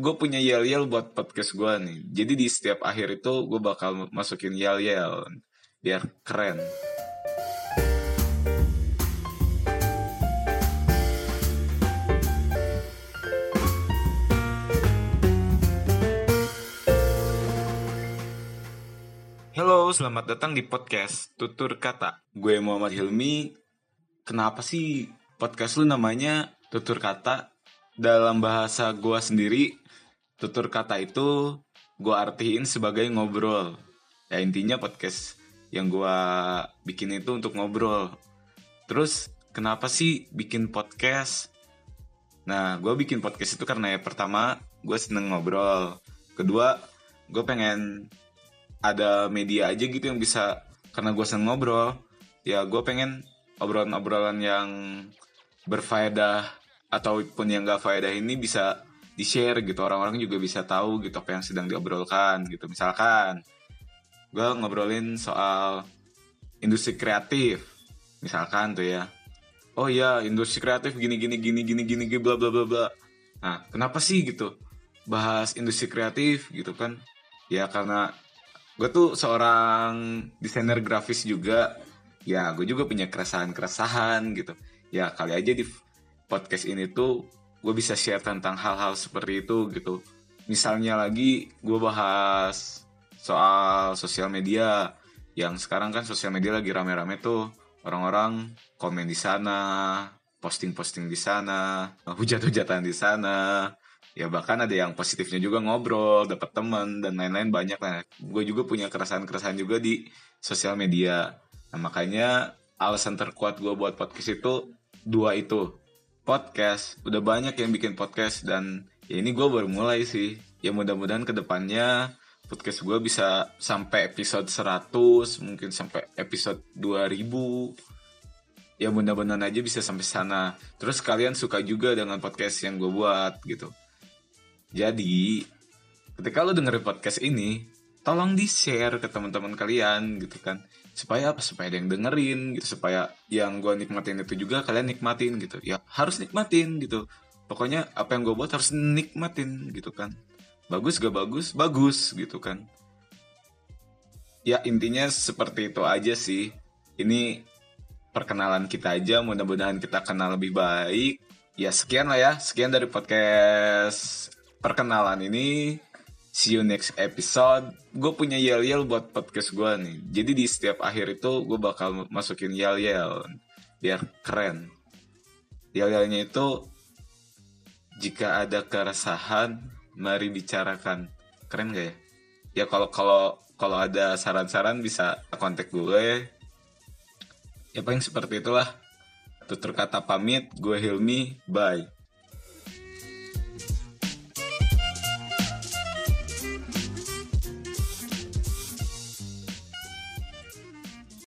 gue punya yel-yel buat podcast gue nih. Jadi di setiap akhir itu gue bakal masukin yel-yel biar keren. Halo, selamat datang di podcast Tutur Kata. Gue Muhammad Hilmi. Kenapa sih podcast lu namanya Tutur Kata? Dalam bahasa gue sendiri, tutur kata itu gue artiin sebagai ngobrol. Ya intinya podcast yang gue bikin itu untuk ngobrol. Terus kenapa sih bikin podcast? Nah, gue bikin podcast itu karena pertama gue seneng ngobrol. Kedua, gue pengen ada media aja gitu yang bisa, karena gue seneng ngobrol, ya gue pengen obrolan-obrolan yang berfaedah ataupun yang gak faedah ini bisa di-share gitu, orang-orang juga bisa tahu gitu apa yang sedang diobrolkan gitu. Misalkan gue ngobrolin soal industri kreatif, misalkan tuh ya, oh ya industri kreatif gini bla bla bla bla. Nah, kenapa sih gitu bahas industri kreatif gitu kan? Ya karena gue tuh seorang desainer grafis juga. Ya gue juga punya keresahan gitu. Ya kali aja di podcast ini tuh gue bisa share tentang hal-hal seperti itu gitu. Misalnya lagi gue bahas soal sosial media. Yang sekarang kan sosial media lagi rame-rame tuh. Orang-orang komen di sana, posting-posting di sana, hujat-hujatan di sana. Ya bahkan ada yang positifnya juga, ngobrol, dapat teman dan lain-lain banyak lah. Gue juga punya keresahan-keresahan juga di sosial media. Nah makanya alasan terkuat gue buat podcast itu dua itu. Podcast, udah banyak yang bikin podcast dan ya ini gue baru mulai sih. Ya mudah-mudahan kedepannya podcast gue bisa sampai episode 100, mungkin sampai episode 2000. Ya mudah-mudahan aja bisa sampai sana. Terus kalian suka juga dengan podcast yang gue buat gitu. Jadi, ketika lo dengerin podcast ini, tolong di-share ke teman-teman kalian gitu kan. Supaya apa? Supaya ada yang dengerin gitu. Supaya yang gue nikmatin itu juga kalian nikmatin gitu. Ya harus nikmatin gitu. Pokoknya apa yang gue buat harus nikmatin gitu kan. Bagus gak bagus? Bagus gitu kan. Ya intinya seperti itu aja sih. Ini perkenalan kita aja. Mudah-mudahan kita kenal lebih baik. Ya sekian lah ya. Sekian dari podcast perkenalan ini. See you next episode. Gue punya yel-yel buat podcast gue nih. Jadi di setiap akhir itu gue bakal masukin yel-yel biar keren. Yel-yelnya itu, jika ada keresahan mari bicarakan. Keren gak ya? Ya kalau ada saran-saran bisa kontak gue. Ya paling seperti itulah. Tutur kata pamit. Gue Hilmi. Bye.